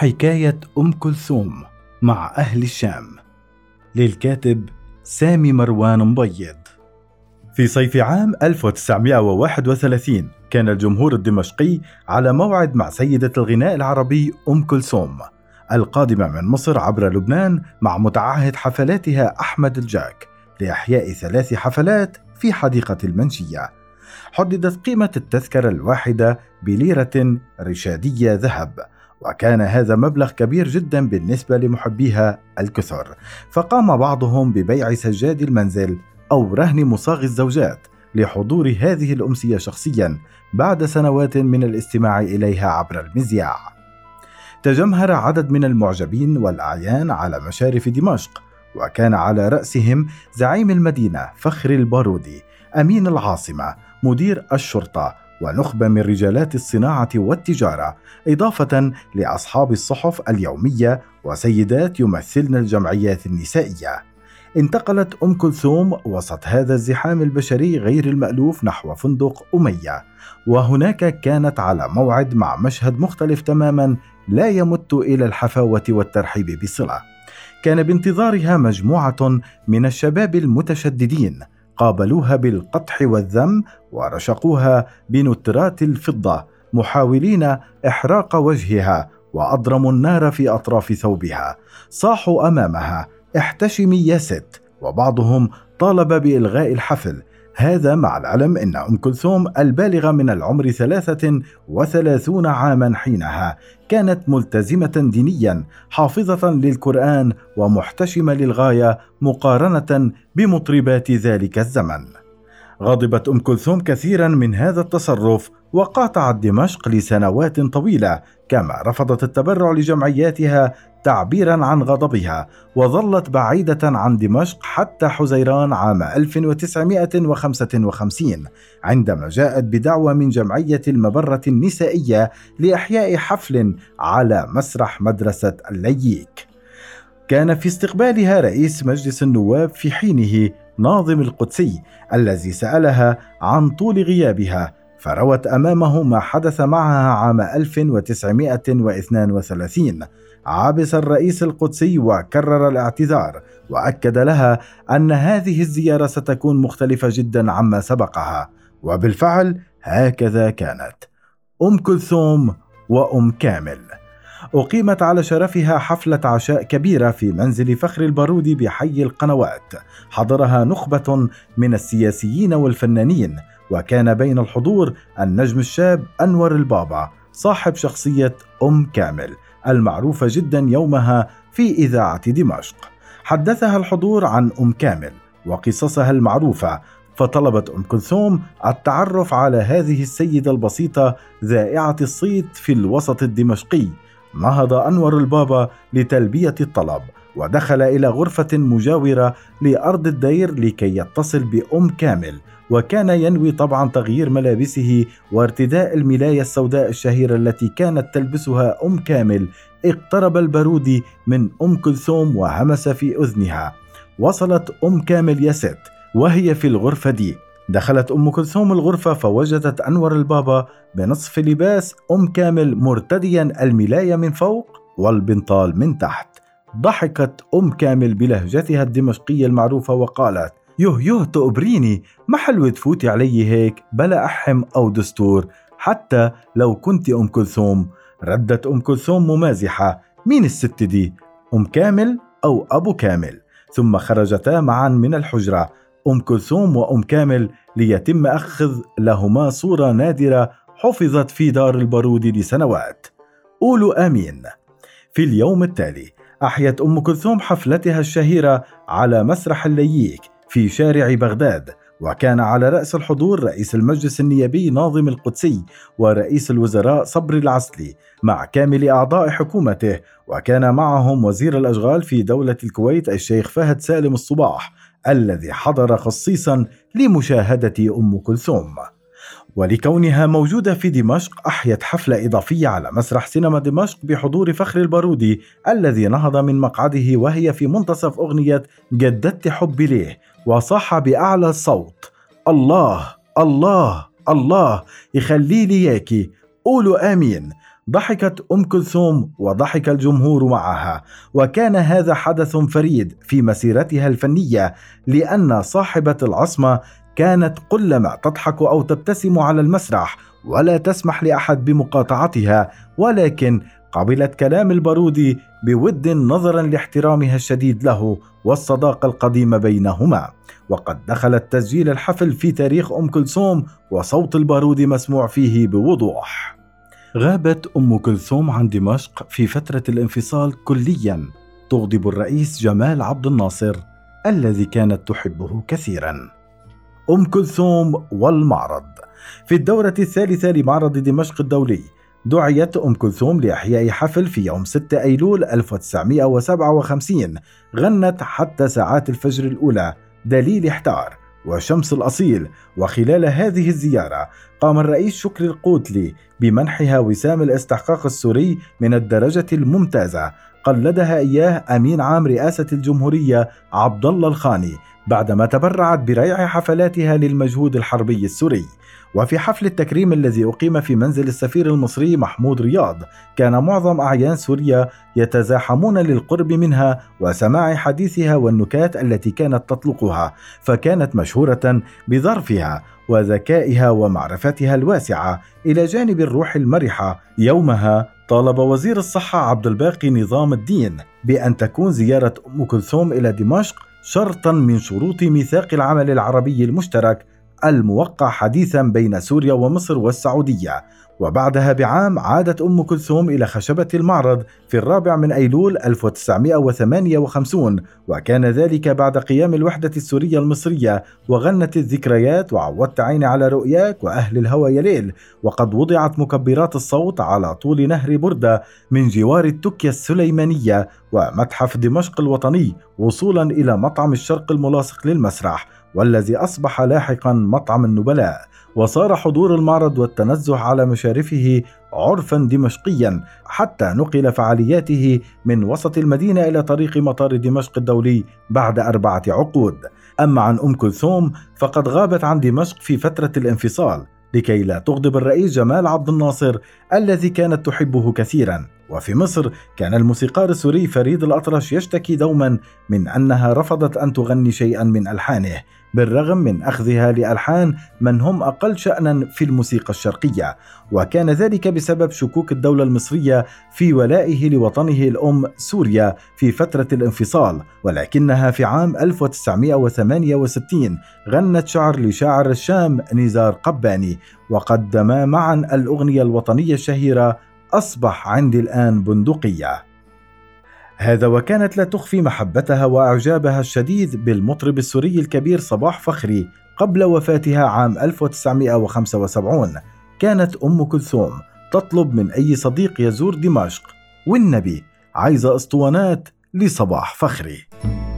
حكاية أم كلثوم مع أهل الشام للكاتب سامي مروان مبيض. في صيف عام 1931 كان الجمهور الدمشقي على موعد مع سيدة الغناء العربي أم كلثوم القادمة من مصر عبر لبنان مع متعهد حفلاتها أحمد الجاك لإحياء 3 حفلات في حديقة المنشية. حددت قيمة التذكرة الواحدة بليرة رشادية ذهب، وكان هذا مبلغ كبير جدا بالنسبة لمحبيها الكثر، فقام بعضهم ببيع سجاد المنزل أو رهن مصاغ الزوجات لحضور هذه الأمسية شخصيا بعد سنوات من الاستماع إليها عبر المذياع. تجمهر عدد من المعجبين والأعيان على مشارف دمشق، وكان على رأسهم زعيم المدينة فخري البارودي، أمين العاصمة، مدير الشرطة، ونخبة من رجالات الصناعة والتجارة، إضافة لأصحاب الصحف اليومية وسيدات يمثلن الجمعيات النسائية. انتقلت أم كلثوم وسط هذا الزحام البشري غير المألوف نحو فندق أمية، وهناك كانت على موعد مع مشهد مختلف تماما لا يمت إلى الحفاوة والترحيب بصلة. كان بانتظارها مجموعة من الشباب المتشددين قابلوها بالقدح والذم ورشقوها بنترات الفضة، محاولين إحراق وجهها، وأضرموا النار في أطراف ثوبها. صاحوا أمامها: احتشمي يا ست، وبعضهم طالب بإلغاء الحفل. هذا مع العلم أن أم كلثوم البالغة من العمر 33 عاما حينها كانت ملتزمة دينيا، حافظة للقرآن ومحتشمة للغاية مقارنة بمطربات ذلك الزمن. غضبت أم كلثوم كثيرا من هذا التصرف، وقاطعت دمشق لسنوات طويلة، كما رفضت التبرع لجمعياتها تعبيرا عن غضبها، وظلت بعيدة عن دمشق حتى حزيران عام 1955 عندما جاءت بدعوى من جمعية المبرة النسائية لإحياء حفل على مسرح مدرسة اللييك. كان في استقبالها رئيس مجلس النواب في حينه ناظم القدسي، الذي سألها عن طول غيابها، فروت أمامه ما حدث معها عام 1932. عابس الرئيس القدسي وكرر الاعتذار، وأكد لها أن هذه الزيارة ستكون مختلفة جدا عما سبقها. وبالفعل هكذا كانت. أم كلثوم وأم كامل أقيمت على شرفها حفلة عشاء كبيرة في منزل فخري البارودي بحي القنوات، حضرها نخبة من السياسيين والفنانين، وكان بين الحضور النجم الشاب أنور البابا صاحب شخصية أم كامل المعروفة جدا يومها في إذاعة دمشق. حدثها الحضور عن أم كامل وقصصها المعروفة، فطلبت أم كلثوم التعرف على هذه السيدة البسيطة ذائعة الصيت في الوسط الدمشقي. نهض أنور البابا لتلبية الطلب، ودخل إلى غرفة مجاورة لأرض الدير لكي يتصل بأم كامل، وكان ينوي طبعا تغيير ملابسه وارتداء الملاية السوداء الشهيرة التي كانت تلبسها أم كامل. اقترب البارودي من أم كلثوم وهمس في أذنها: وصلت أم كامل يا ست، وهي في الغرفة دي. دخلت أم كلثوم الغرفة فوجدت أنور البابا بنصف لباس أم كامل مرتديا الملاية من فوق والبنطال من تحت. ضحكت أم كامل بلهجتها الدمشقية المعروفة وقالت: يوه تقبريني، ما حلوة تفوتي علي هيك بلا أحم أو دستور، حتى لو كنت أم كلثوم. ردت أم كلثوم ممازحة: مين الست دي، أم كامل أو أبو كامل؟ ثم خرجتا معا من الحجرة أم كلثوم وأم كامل ليتم أخذ لهما صورة نادرة حفظت في دار البارودي لسنوات. قولوا آمين. في اليوم التالي أحيت أم كلثوم حفلتها الشهيرة على مسرح اللييك في شارع بغداد، وكان على رأس الحضور رئيس المجلس النيابي ناظم القدسي، ورئيس الوزراء صبري العسلي مع كامل أعضاء حكومته، وكان معهم وزير الأشغال في دولة الكويت الشيخ فهد سالم الصباح، الذي حضر خصيصا لمشاهدة أم كلثوم. ولكونها موجودة في دمشق أحيت حفلة إضافية على مسرح سينما دمشق بحضور فخري البارودي، الذي نهض من مقعده وهي في منتصف أغنية جددت حبي ليه، وصاح بأعلى الصوت: الله الله الله يخلي لي ياكي، قولوا آمين. ضحكت أم كلثوم وضحك الجمهور معها، وكان هذا حدث فريد في مسيرتها الفنية، لأن صاحبة العصمة كانت كلما تضحك أو تبتسم على المسرح ولا تسمح لأحد بمقاطعتها، ولكن قبلت كلام البارودي بود نظرا لاحترامها الشديد له والصداقة القديمة بينهما. وقد دخلت تسجيل الحفل في تاريخ أم كلثوم، وصوت البارودي مسموع فيه بوضوح. غابت أم كلثوم عن دمشق في فترة الانفصال كليا، تغضب الرئيس جمال عبد الناصر الذي كانت تحبه كثيرا. أم كلثوم والمعرض. في الدورة الثالثة لمعرض دمشق الدولي دعيت أم كلثوم لإحياء حفل في يوم 6 أيلول 1957. غنت حتى ساعات الفجر الأولى دليل احتار وشمس الأصيل. وخلال هذه الزيارة قام الرئيس شكري القوتلي بمنحها وسام الاستحقاق السوري من الدرجة الممتازة، قلدها إياه أمين عام رئاسة الجمهورية عبد الله الخاني بعدما تبرعت بريع حفلاتها للمجهود الحربي السوري. وفي حفل التكريم الذي أقيم في منزل السفير المصري محمود رياض، كان معظم أعيان سوريا يتزاحمون للقرب منها وسماع حديثها والنكات التي كانت تطلقها، فكانت مشهورة بظرفها وذكائها ومعرفتها الواسعة إلى جانب الروح المرحة. يومها طالب وزير الصحة عبد الباقي نظام الدين بأن تكون زيارة أم كلثوم إلى دمشق شرطا من شروط ميثاق العمل العربي المشترك الموقع حديثا بين سوريا ومصر والسعودية. وبعدها بعام عادت أم كلثوم إلى خشبة المعرض في 4 أيلول 1958، وكان ذلك بعد قيام الوحدة السورية المصرية، وغنت الذكريات وعودت عيني على رؤياك وأهل الهوى يا ليل. وقد وضعت مكبرات الصوت على طول نهر بردة من جوار التكية السليمانية ومتحف دمشق الوطني وصولا إلى مطعم الشرق الملاصق للمسرح، والذي أصبح لاحقا مطعم النبلاء. وصار حضور المعرض والتنزه على مشارفه عرفا دمشقيا، حتى نقل فعالياته من وسط المدينة إلى طريق مطار دمشق الدولي بعد 4 عقود. أما عن أم كلثوم فقد غابت عن دمشق في فترة الانفصال لكي لا تغضب الرئيس جمال عبد الناصر الذي كانت تحبه كثيرا. وفي مصر كان الموسيقار السوري فريد الأطرش يشتكي دوما من أنها رفضت أن تغني شيئا من ألحانه، بالرغم من أخذها لألحان من هم أقل شأنا في الموسيقى الشرقية، وكان ذلك بسبب شكوك الدولة المصرية في ولائه لوطنه الأم سوريا في فترة الانفصال. ولكنها في عام 1968 غنت شعر لشاعر الشام نزار قباني، وقدما معا الأغنية الوطنية الشهيرة أصبح عندي الآن بندقية. هذا وكانت لا تخفي محبتها وإعجابها الشديد بالمطرب السوري الكبير صباح فخري قبل وفاتها عام 1975. كانت أم كلثوم تطلب من أي صديق يزور دمشق: والنبي عايزة أسطوانات لصباح فخري.